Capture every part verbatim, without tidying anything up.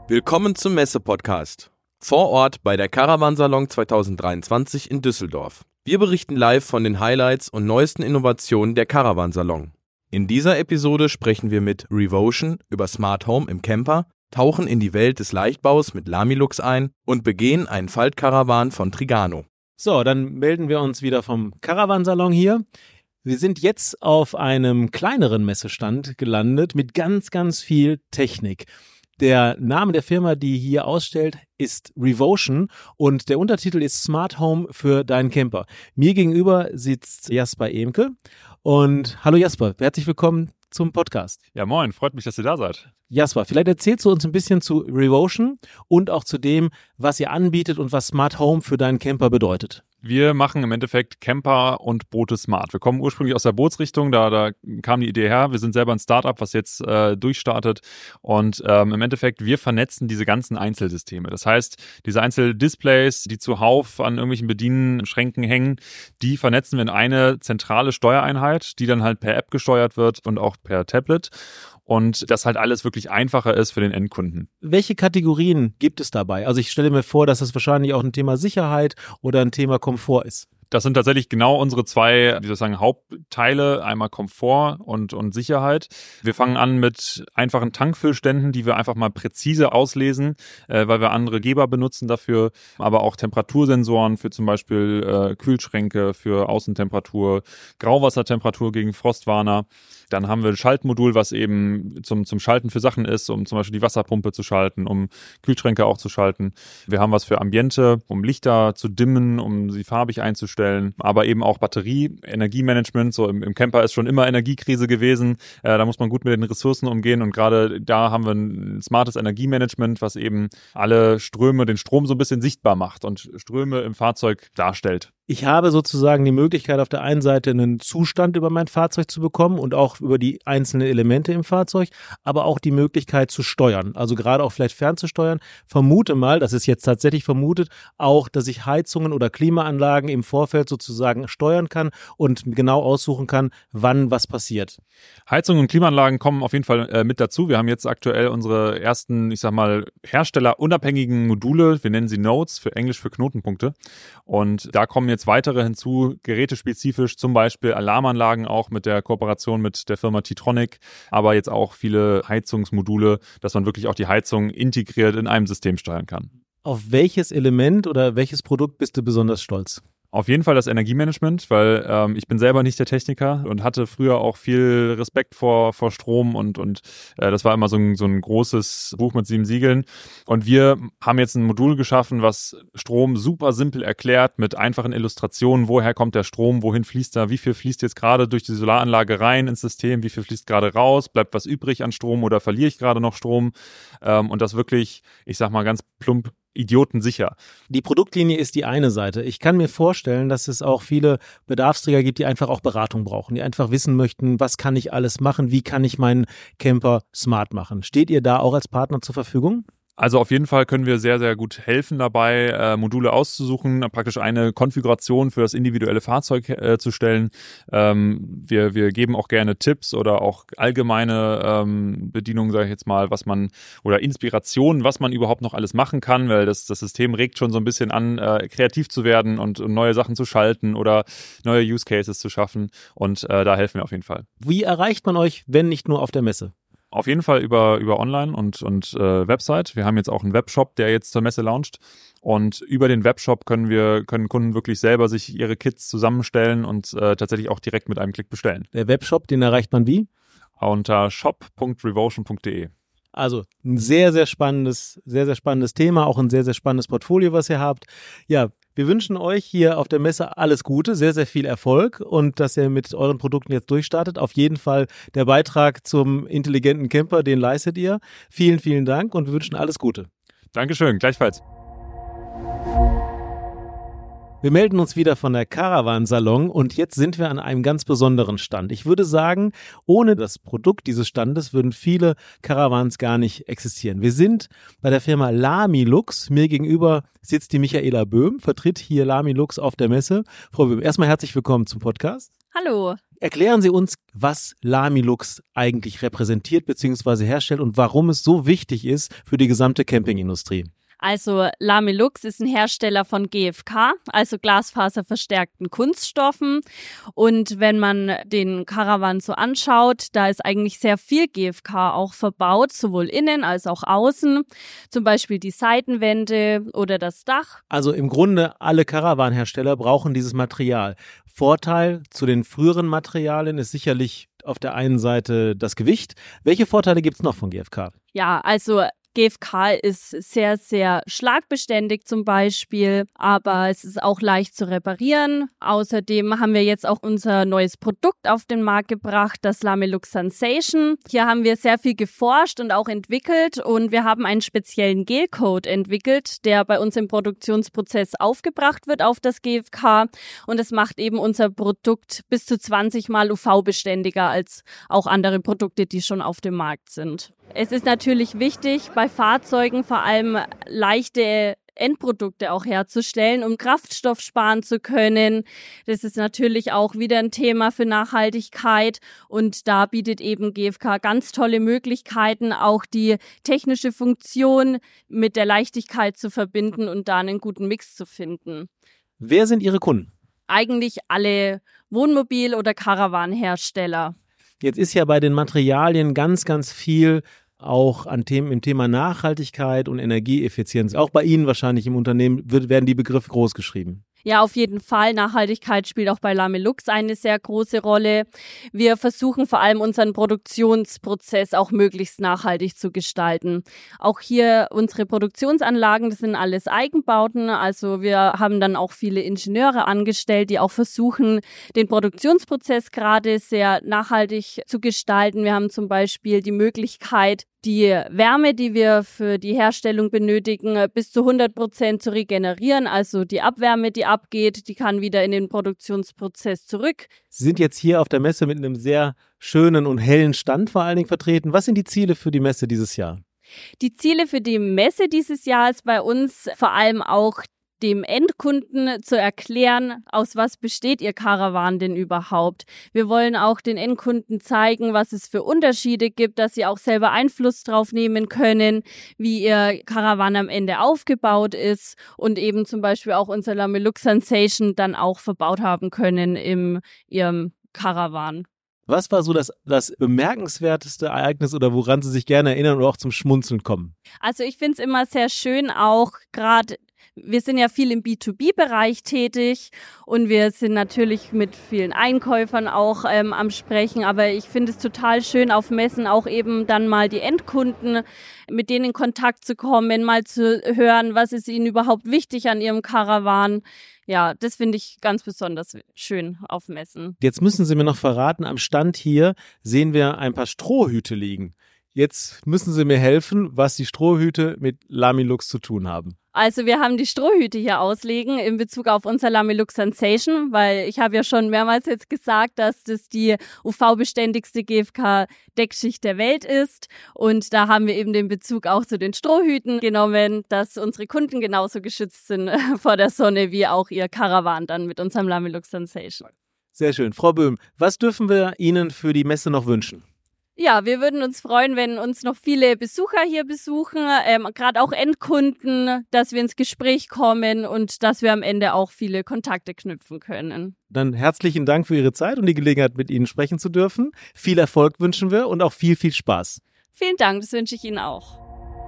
Willkommen zum Messe-Podcast. Vor Ort bei der Caravansalon zwanzig dreiundzwanzig in Düsseldorf. Wir berichten live von den Highlights und neuesten Innovationen der Caravansalon. In dieser Episode sprechen wir mit Revotion über Smart Home im Camper, tauchen in die Welt des Leichtbaus mit Lamilux ein und begehen einen Faltkarawan von Trigano. So, dann melden wir uns wieder vom Caravansalon hier. Wir sind jetzt auf einem kleineren Messestand gelandet mit ganz, ganz viel Technik. Der Name der Firma, die hier ausstellt, ist Revotion und der Untertitel ist Smart Home für deinen Camper. Mir gegenüber sitzt Jasper Emke und hallo Jasper, herzlich willkommen zum Podcast. Ja moin, freut mich, dass ihr da seid. Jasper, vielleicht erzählst du uns ein bisschen zu Revotion und auch zu dem, was ihr anbietet und was Smart Home für deinen Camper bedeutet. Wir machen im Endeffekt Camper und Boote smart. Wir kommen ursprünglich aus der Bootsrichtung, da, da kam die Idee her. Wir sind selber ein Startup, was jetzt äh, durchstartet und ähm, im Endeffekt, wir vernetzen diese ganzen Einzelsysteme. Das heißt, diese Einzeldisplays, die zuhauf an irgendwelchen Bedienschränken hängen, die vernetzen wir in eine zentrale Steuereinheit, die dann halt per App gesteuert wird und auch per Tablet. Und das halt alles wirklich einfacher ist für den Endkunden. Welche Kategorien gibt es dabei? Also ich stelle mir vor, dass das wahrscheinlich auch ein Thema Sicherheit oder ein Thema Komfort ist. Das sind tatsächlich genau unsere zwei, wie soll ich sagen, Hauptteile, einmal Komfort und, und Sicherheit. Wir fangen an mit einfachen Tankfüllständen, die wir einfach mal präzise auslesen, äh, weil wir andere Geber benutzen dafür, aber auch Temperatursensoren für zum Beispiel äh, Kühlschränke, für Außentemperatur, Grauwassertemperatur gegen Frostwarner. Dann haben wir ein Schaltmodul, was eben zum, zum Schalten für Sachen ist, um zum Beispiel die Wasserpumpe zu schalten, um Kühlschränke auch zu schalten. Wir haben was für Ambiente, um Lichter zu dimmen, um sie farbig einzustellen, aber eben auch Batterie, Energiemanagement. So im, im Camper ist schon immer Energiekrise gewesen. Äh, da muss man gut mit den Ressourcen umgehen und gerade da haben wir ein smartes Energiemanagement, was eben alle Ströme, den Strom so ein bisschen sichtbar macht und Ströme im Fahrzeug darstellt. Ich habe sozusagen die Möglichkeit, auf der einen Seite einen Zustand über mein Fahrzeug zu bekommen und auch über die einzelnen Elemente im Fahrzeug, aber auch die Möglichkeit zu steuern, also gerade auch vielleicht fernzusteuern. Vermute mal, das ist jetzt tatsächlich vermutet, auch, dass ich Heizungen oder Klimaanlagen im Vorfeld sozusagen steuern kann und genau aussuchen kann, wann was passiert. Heizungen und Klimaanlagen kommen auf jeden Fall äh, mit dazu. Wir haben jetzt aktuell unsere ersten, ich sag mal, herstellerunabhängigen Module, wir nennen sie Nodes, für Englisch für Knotenpunkte, und da kommen jetzt Jetzt weitere hinzu, gerätespezifisch, zum Beispiel Alarmanlagen auch mit der Kooperation mit der Firma T-Tronic, aber jetzt auch viele Heizungsmodule, dass man wirklich auch die Heizung integriert in einem System steuern kann. Auf welches Element oder welches Produkt bist du besonders stolz? Auf jeden Fall das Energiemanagement, weil ähm, ich bin selber nicht der Techniker und hatte früher auch viel Respekt vor, vor Strom und, und äh, das war immer so ein, so ein großes Buch mit sieben Siegeln. Und wir haben jetzt ein Modul geschaffen, was Strom super simpel erklärt mit einfachen Illustrationen. Woher kommt der Strom? Wohin fließt er? Wie viel fließt jetzt gerade durch die Solaranlage rein ins System? Wie viel fließt gerade raus? Bleibt was übrig an Strom oder verliere ich gerade noch Strom? Ähm, und das wirklich, ich sag mal ganz plump, idiotensicher. Die Produktlinie ist die eine Seite. Ich kann mir vorstellen, dass es auch viele Bedarfsträger gibt, die einfach auch Beratung brauchen, die einfach wissen möchten, was kann ich alles machen, wie kann ich meinen Camper smart machen. Steht ihr da auch als Partner zur Verfügung? Also auf jeden Fall können wir sehr, sehr gut helfen dabei, äh, Module auszusuchen, praktisch eine Konfiguration für das individuelle Fahrzeug äh, zu stellen. Ähm, wir, wir geben auch gerne Tipps oder auch allgemeine ähm, Bedienungen, sage ich jetzt mal, was man, oder Inspirationen, was man überhaupt noch alles machen kann, weil das, das System regt schon so ein bisschen an, äh, kreativ zu werden und, und neue Sachen zu schalten oder neue Use Cases zu schaffen, und äh, da helfen wir auf jeden Fall. Wie erreicht man euch, wenn nicht nur auf der Messe? Auf jeden Fall über, über Online und, und äh, Website. Wir haben jetzt auch einen Webshop, der jetzt zur Messe launcht. Und über den Webshop können wir können Kunden wirklich selber sich ihre Kits zusammenstellen und äh, tatsächlich auch direkt mit einem Klick bestellen. Der Webshop, den erreicht man wie? Unter shop punkt revotion punkt de. Also ein sehr, sehr spannendes, sehr, sehr spannendes Thema, auch ein sehr, sehr spannendes Portfolio, was ihr habt. Ja, wir wünschen euch hier auf der Messe alles Gute, sehr, sehr viel Erfolg und dass ihr mit euren Produkten jetzt durchstartet. Auf jeden Fall der Beitrag zum intelligenten Camper, den leistet ihr. Vielen, vielen Dank und wir wünschen alles Gute. Dankeschön, gleichfalls. Wir melden uns wieder von der Caravansalon und jetzt sind wir an einem ganz besonderen Stand. Ich würde sagen, ohne das Produkt dieses Standes würden viele Caravans gar nicht existieren. Wir sind bei der Firma Lamilux. Mir gegenüber sitzt die Michaela Böhm, vertritt hier Lamilux auf der Messe. Frau Böhm, erstmal herzlich willkommen zum Podcast. Hallo. Erklären Sie uns, was Lamilux eigentlich repräsentiert bzw. herstellt und warum es so wichtig ist für die gesamte Campingindustrie. Also Lamilux ist ein Hersteller von G F K, also glasfaserverstärkten Kunststoffen. Und wenn man den Caravan so anschaut, da ist eigentlich sehr viel G F K auch verbaut, sowohl innen als auch außen. Zum Beispiel die Seitenwände oder das Dach. Also im Grunde alle Caravan-Hersteller brauchen dieses Material. Vorteil zu den früheren Materialien ist sicherlich auf der einen Seite das Gewicht. Welche Vorteile gibt es noch von G F K? Ja, also G F K ist sehr, sehr schlagbeständig zum Beispiel, aber es ist auch leicht zu reparieren. Außerdem haben wir jetzt auch unser neues Produkt auf den Markt gebracht, das Lamilux Sensation. Hier haben wir sehr viel geforscht und auch entwickelt und wir haben einen speziellen Gelcode entwickelt, der bei uns im Produktionsprozess aufgebracht wird auf das G F K und es macht eben unser Produkt bis zu zwanzig Mal U V-beständiger als auch andere Produkte, die schon auf dem Markt sind. Es ist natürlich wichtig, bei Fahrzeugen vor allem leichte Endprodukte auch herzustellen, um Kraftstoff sparen zu können. Das ist natürlich auch wieder ein Thema für Nachhaltigkeit und da bietet eben G F K ganz tolle Möglichkeiten, auch die technische Funktion mit der Leichtigkeit zu verbinden und da einen guten Mix zu finden. Wer sind Ihre Kunden? Eigentlich alle Wohnmobil- oder Caravan-Hersteller. Jetzt ist ja bei den Materialien ganz, ganz viel auch an Themen im Thema Nachhaltigkeit und Energieeffizienz. Auch bei Ihnen wahrscheinlich im Unternehmen wird, werden die Begriffe groß geschrieben. Ja, auf jeden Fall. Nachhaltigkeit spielt auch bei Lamilux eine sehr große Rolle. Wir versuchen vor allem unseren Produktionsprozess auch möglichst nachhaltig zu gestalten. Auch hier unsere Produktionsanlagen, das sind alles Eigenbauten. Also wir haben dann auch viele Ingenieure angestellt, die auch versuchen, den Produktionsprozess gerade sehr nachhaltig zu gestalten. Wir haben zum Beispiel die Möglichkeit, die Wärme, die wir für die Herstellung benötigen, bis zu hundert Prozent zu regenerieren. Also die Abwärme, die abgeht, die kann wieder in den Produktionsprozess zurück. Sie sind jetzt hier auf der Messe mit einem sehr schönen und hellen Stand vor allen Dingen vertreten. Was sind die Ziele für die Messe dieses Jahr? Die Ziele für die Messe dieses Jahr ist bei uns vor allem auch dem Endkunden zu erklären, aus was besteht Ihr Caravan denn überhaupt. Wir wollen auch den Endkunden zeigen, was es für Unterschiede gibt, dass sie auch selber Einfluss drauf nehmen können, wie Ihr Caravan am Ende aufgebaut ist und eben zum Beispiel auch unser Lamilux Sensation dann auch verbaut haben können in Ihrem Caravan. Was war so das, das bemerkenswerteste Ereignis oder woran Sie sich gerne erinnern oder auch zum Schmunzeln kommen? Also ich finde es immer sehr schön, auch gerade wir sind ja viel im B zwei B-Bereich tätig und wir sind natürlich mit vielen Einkäufern auch ähm, am Sprechen, aber ich finde es total schön auf Messen auch eben dann mal die Endkunden, mit denen in Kontakt zu kommen, mal zu hören, was ist ihnen überhaupt wichtig an ihrem Caravan. Ja, das finde ich ganz besonders schön auf Messen. Jetzt müssen Sie mir noch verraten, am Stand hier sehen wir ein paar Strohhüte liegen. Jetzt müssen Sie mir helfen, was die Strohhüte mit Lamilux zu tun haben. Also wir haben die Strohhüte hier auslegen in Bezug auf unser Lamilux Sensation, weil ich habe ja schon mehrmals jetzt gesagt, dass das die U V-beständigste G F K-Deckschicht der Welt ist. Und da haben wir eben den Bezug auch zu den Strohhüten genommen, dass unsere Kunden genauso geschützt sind vor der Sonne wie auch ihr Caravan dann mit unserem Lamilux Sensation. Sehr schön. Frau Böhm, was dürfen wir Ihnen für die Messe noch wünschen? Ja, wir würden uns freuen, wenn uns noch viele Besucher hier besuchen, ähm, gerade auch Endkunden, dass wir ins Gespräch kommen und dass wir am Ende auch viele Kontakte knüpfen können. Dann herzlichen Dank für Ihre Zeit und die Gelegenheit, mit Ihnen sprechen zu dürfen. Viel Erfolg wünschen wir und auch viel, viel Spaß. Vielen Dank, das wünsche ich Ihnen auch.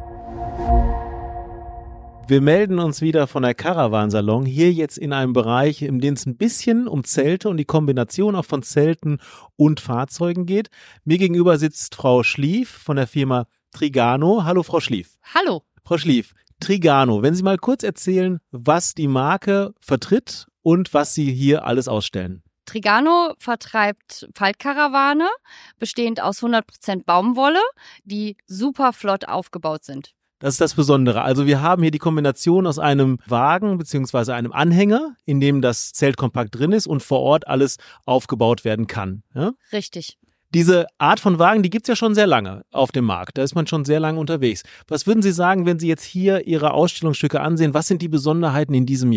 Wir melden uns wieder von der Caravan-Salon, hier jetzt in einem Bereich, in dem es ein bisschen um Zelte und die Kombination auch von Zelten und Fahrzeugen geht. Mir gegenüber sitzt Frau Schlief von der Firma Trigano. Hallo, Frau Schlief. Hallo. Frau Schlief, Trigano, wenn Sie mal kurz erzählen, was die Marke vertritt und was Sie hier alles ausstellen. Trigano vertreibt Faltkarawane, bestehend aus hundert Prozent Baumwolle, die super flott aufgebaut sind. Das ist das Besondere. Also wir haben hier die Kombination aus einem Wagen bzw. einem Anhänger, in dem das Zelt kompakt drin ist und vor Ort alles aufgebaut werden kann. Ja? Richtig. Diese Art von Wagen, die gibt's ja schon sehr lange auf dem Markt. Da ist man schon sehr lange unterwegs. Was würden Sie sagen, wenn Sie jetzt hier Ihre Ausstellungsstücke ansehen? Was sind die Besonderheiten in diesem Jahr?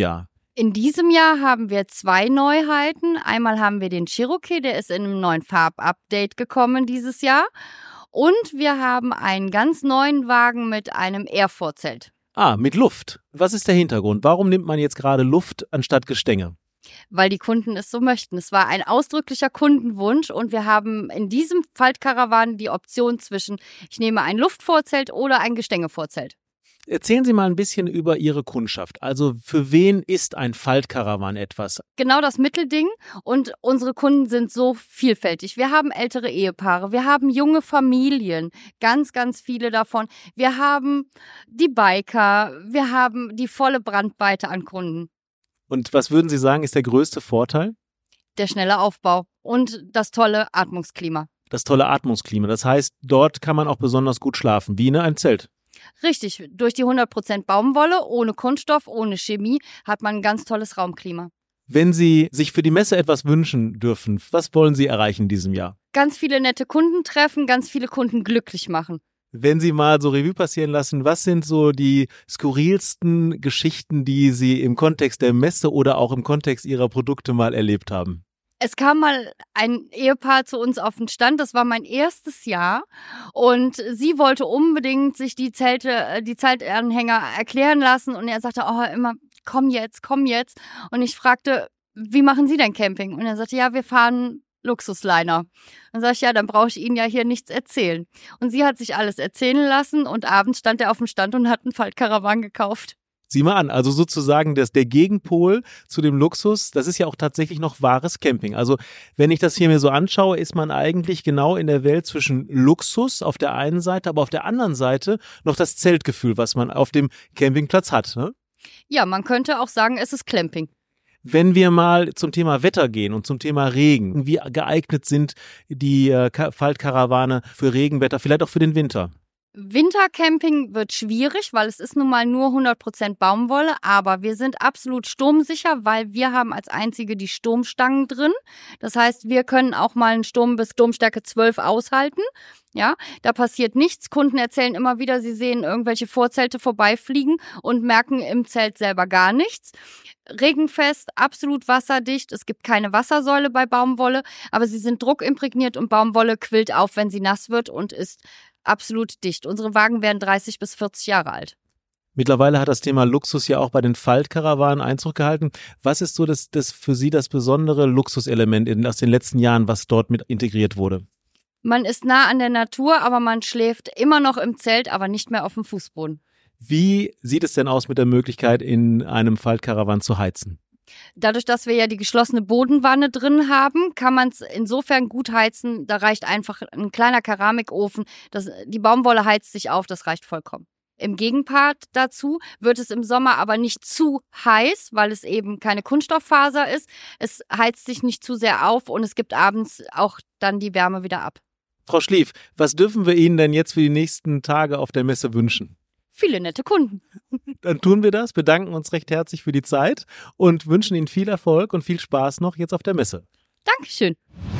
In diesem Jahr haben wir zwei Neuheiten. Einmal haben wir den Cherokee, der ist in einem neuen Farbupdate gekommen dieses Jahr. Und wir haben einen ganz neuen Wagen mit einem Air-Vorzelt. Ah, mit Luft. Was ist der Hintergrund? Warum nimmt man jetzt gerade Luft anstatt Gestänge? Weil die Kunden es so möchten. Es war ein ausdrücklicher Kundenwunsch und wir haben in diesem Faltkarawan die Option zwischen, ich nehme ein Luftvorzelt oder ein Gestängevorzelt. Erzählen Sie mal ein bisschen über Ihre Kundschaft. Also für wen ist ein Faltkarawan etwas? Genau das Mittelding und unsere Kunden sind so vielfältig. Wir haben ältere Ehepaare, wir haben junge Familien, ganz, ganz viele davon. Wir haben die Biker, wir haben die volle Brandweite an Kunden. Und was würden Sie sagen, ist der größte Vorteil? Der schnelle Aufbau und das tolle Atmungsklima. Das tolle Atmungsklima. Das heißt, dort kann man auch besonders gut schlafen, wie in einem Zelt. Richtig, durch die hundert Prozent Baumwolle, ohne Kunststoff, ohne Chemie, hat man ein ganz tolles Raumklima. Wenn Sie sich für die Messe etwas wünschen dürfen, was wollen Sie erreichen in diesem Jahr? Ganz viele nette Kunden treffen, ganz viele Kunden glücklich machen. Wenn Sie mal so Revue passieren lassen, was sind so die skurrilsten Geschichten, die Sie im Kontext der Messe oder auch im Kontext Ihrer Produkte mal erlebt haben? Es kam mal ein Ehepaar zu uns auf den Stand, das war mein erstes Jahr und sie wollte unbedingt sich die Zelte, die Zeltanhänger erklären lassen und er sagte, oh immer, komm jetzt, komm jetzt und ich fragte, wie machen Sie denn Camping? Und er sagte, ja, wir fahren Luxusliner. Dann sage ich, ja, dann brauche ich Ihnen ja hier nichts erzählen. Und sie hat sich alles erzählen lassen und abends stand er auf dem Stand und hat einen Faltkarawan gekauft. Sieh mal an, also sozusagen das, der Gegenpol zu dem Luxus, das ist ja auch tatsächlich noch wahres Camping. Also wenn ich das hier mir so anschaue, ist man eigentlich genau in der Welt zwischen Luxus auf der einen Seite, aber auf der anderen Seite noch das Zeltgefühl, was man auf dem Campingplatz hat. Ne? Ja, man könnte auch sagen, es ist Clamping. Wenn wir mal zum Thema Wetter gehen und zum Thema Regen, wie geeignet sind die äh, Faltkarawane für Regenwetter, vielleicht auch für den Winter? Wintercamping wird schwierig, weil es ist nun mal nur hundert Prozent Baumwolle, aber wir sind absolut sturmsicher, weil wir haben als einzige die Sturmstangen drin. Das heißt, wir können auch mal einen Sturm bis Sturmstärke zwölf aushalten. Ja, da passiert nichts. Kunden erzählen immer wieder, sie sehen irgendwelche Vorzelte vorbeifliegen und merken im Zelt selber gar nichts. Regenfest, absolut wasserdicht. Es gibt keine Wassersäule bei Baumwolle, aber sie sind druckimprägniert und Baumwolle quillt auf, wenn sie nass wird und ist absolut dicht. Unsere Wagen werden dreißig bis vierzig Jahre alt. Mittlerweile hat das Thema Luxus ja auch bei den Faltkarawanen Einzug gehalten. Was ist so das, das für Sie das besondere Luxuselement in, aus den letzten Jahren, was dort mit integriert wurde? Man ist nah an der Natur, aber man schläft immer noch im Zelt, aber nicht mehr auf dem Fußboden. Wie sieht es denn aus mit der Möglichkeit, in einem Faltkarawan zu heizen? Dadurch, dass wir ja die geschlossene Bodenwanne drin haben, kann man es insofern gut heizen. Da reicht einfach ein kleiner Keramikofen. Das, die Baumwolle heizt sich auf, das reicht vollkommen. Im Gegenpart dazu wird es im Sommer aber nicht zu heiß, weil es eben keine Kunststofffaser ist. Es heizt sich nicht zu sehr auf und es gibt abends auch dann die Wärme wieder ab. Frau Schlief, was dürfen wir Ihnen denn jetzt für die nächsten Tage auf der Messe wünschen? Viele nette Kunden. Dann tun wir das, bedanken uns recht herzlich für die Zeit und wünschen Ihnen viel Erfolg und viel Spaß noch jetzt auf der Messe. Dankeschön.